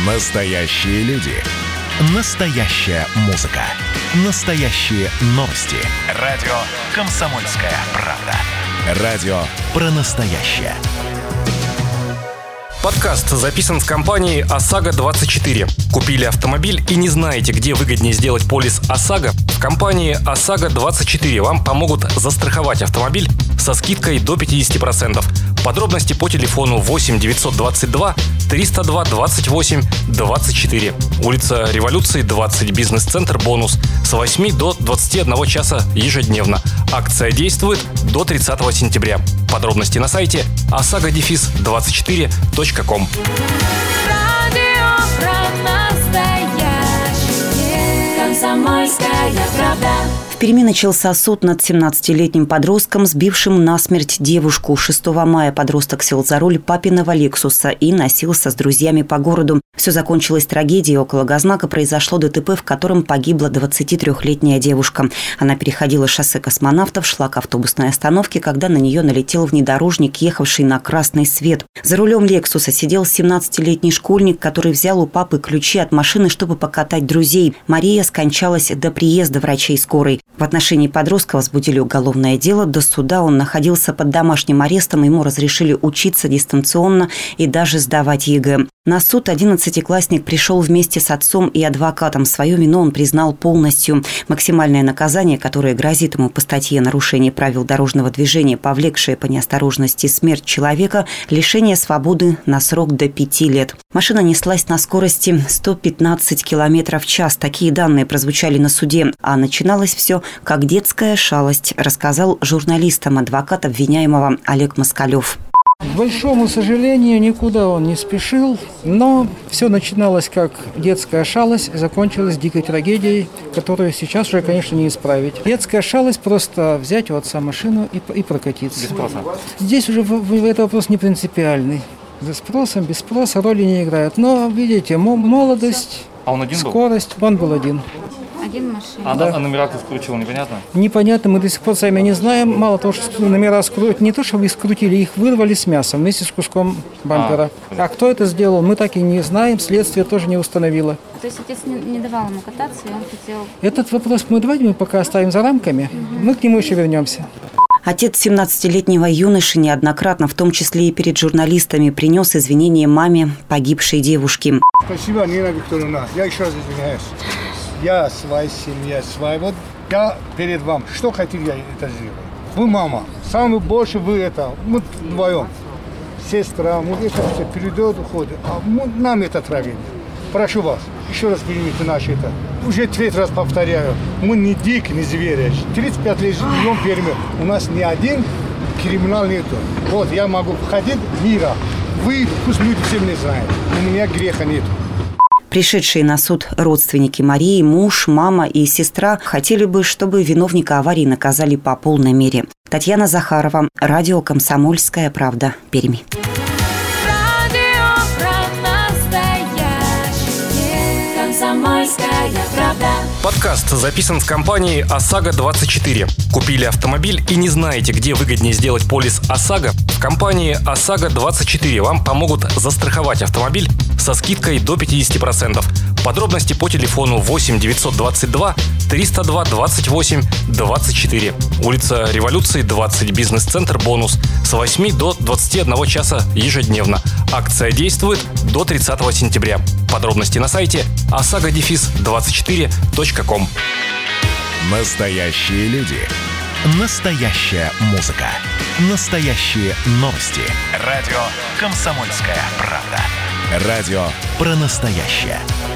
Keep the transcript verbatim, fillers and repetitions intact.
Настоящие люди. Настоящая музыка. Настоящие новости. Радио «Комсомольская правда». Радио про настоящее. Подкаст записан в компании ОСАГО двадцать четыре. Купили автомобиль и не знаете, где выгоднее сделать полис ОСАГО? В компании ОСАГО двадцать четыре вам помогут застраховать автомобиль со скидкой до пятьдесят процентов. Подробности по телефону восемь девятьсот двадцать два триста два двадцать восемь двадцать четыре. Улица Революции, двадцать, бизнес-центр «Бонус». С восьми до двадцати одного часа ежедневно. Акция действует до тридцатого сентября. Подробности на сайте осаго двадцать четыре точка ком. Радио про настоящее. Комсомольская правда. В Перми начался суд над семнадцатилетним подростком, сбившим насмерть девушку. шестого мая подросток сел за руль папиного «Лексуса» и носился с друзьями по городу. Все закончилось трагедией. Около Газнака произошло ДТП, в котором погибла двадцатитрёхлетняя девушка. Она переходила шоссе Космонавтов, шла к автобусной остановке, когда на нее налетел внедорожник, ехавший на красный свет. За рулем «Лексуса» сидел семнадцатилетний школьник, который взял у папы ключи от машины, чтобы покатать друзей. Мария скончалась до приезда врачей скорой. В отношении подростка возбудили уголовное дело. До суда он находился под домашним арестом, ему разрешили учиться дистанционно и даже сдавать ЕГЭ. На суд одиннадцатиклассник пришел вместе с отцом и адвокатом. Свою вину он признал полностью. Максимальное наказание, которое грозит ему по статье «Нарушение правил дорожного движения, повлекшее по неосторожности смерть человека», лишение свободы на срок до пяти лет. Машина неслась на скорости сто пятнадцать километров в час. Такие данные прозвучали на суде. А начиналось все как детская шалость, рассказал журналистам адвокат обвиняемого Олег Москалев. К большому сожалению, никуда он не спешил, но все начиналось как детская шалость, закончилась дикой трагедией, которую сейчас уже, конечно, не исправить. Детская шалость — просто взять у отца машину и, и прокатиться. Без спроса? Здесь уже в, в, это вопрос не принципиальный. За спросом, без спроса роли не играют. Но, видите, молодость, а он один скорость, был? Он был один. Один машина. А, да. а номера ты скрутил, непонятно? Непонятно, мы до сих пор сами не знаем. Мало того, что номера скрутили, не то, что вы скрутили, их вырвали с мясом вместе с куском бампера. А, а кто это сделал, мы так и не знаем, следствие тоже не установило. То есть отец не, не давал ему кататься, и он хотел... Этот вопрос мы давайте мы пока оставим за рамками, угу. Мы к нему еще вернемся. Отец семнадцатилетнего юноши неоднократно, в том числе и перед журналистами, принес извинения маме погибшей девушки. Спасибо, Нина Викторовна. Я еще раз извиняюсь. Я своя семья, своя. Вот я перед вами. Что хотел, я это сделал. Вы мама. Самый больше вы это. Мы вдвоем. Сестра, мы это все перейдет, уходит. А мы, нам это трагедия. Прошу вас, еще раз примите наш это. Уже третий раз повторяю. Мы не дик, не звери. тридцать пять лет живем в Перми. У нас ни один криминал нету. Вот я могу ходить мира. Вы, пусть люди все не знают. У меня греха нету. Пришедшие на суд родственники Марии, муж, мама и сестра хотели бы, чтобы виновника аварии наказали по полной мере. Татьяна Захарова, радио «Комсомольская правда», Пермь. Радио про настоящее. Комсомольская правда. Подкаст записан в компании ОСАГО двадцать четыре. Купили автомобиль и не знаете, где выгоднее сделать полис ОСАГО? В компании ОСАГО двадцать четыре вам помогут застраховать автомобиль со скидкой до пятьдесят процентов. Подробности по телефону восемь девятьсот двадцать два триста два двадцать восемь двадцать четыре. Улица Революции, двадцать, бизнес-центр «Бонус». С восьми до двадцати одного часа ежедневно. Акция действует до тридцатого сентября. Подробности на сайте осаго двадцать четыре точка ком. Настоящие люди. Настоящая музыка. Настоящие новости. Радио «Комсомольская правда». Радио про настоящее.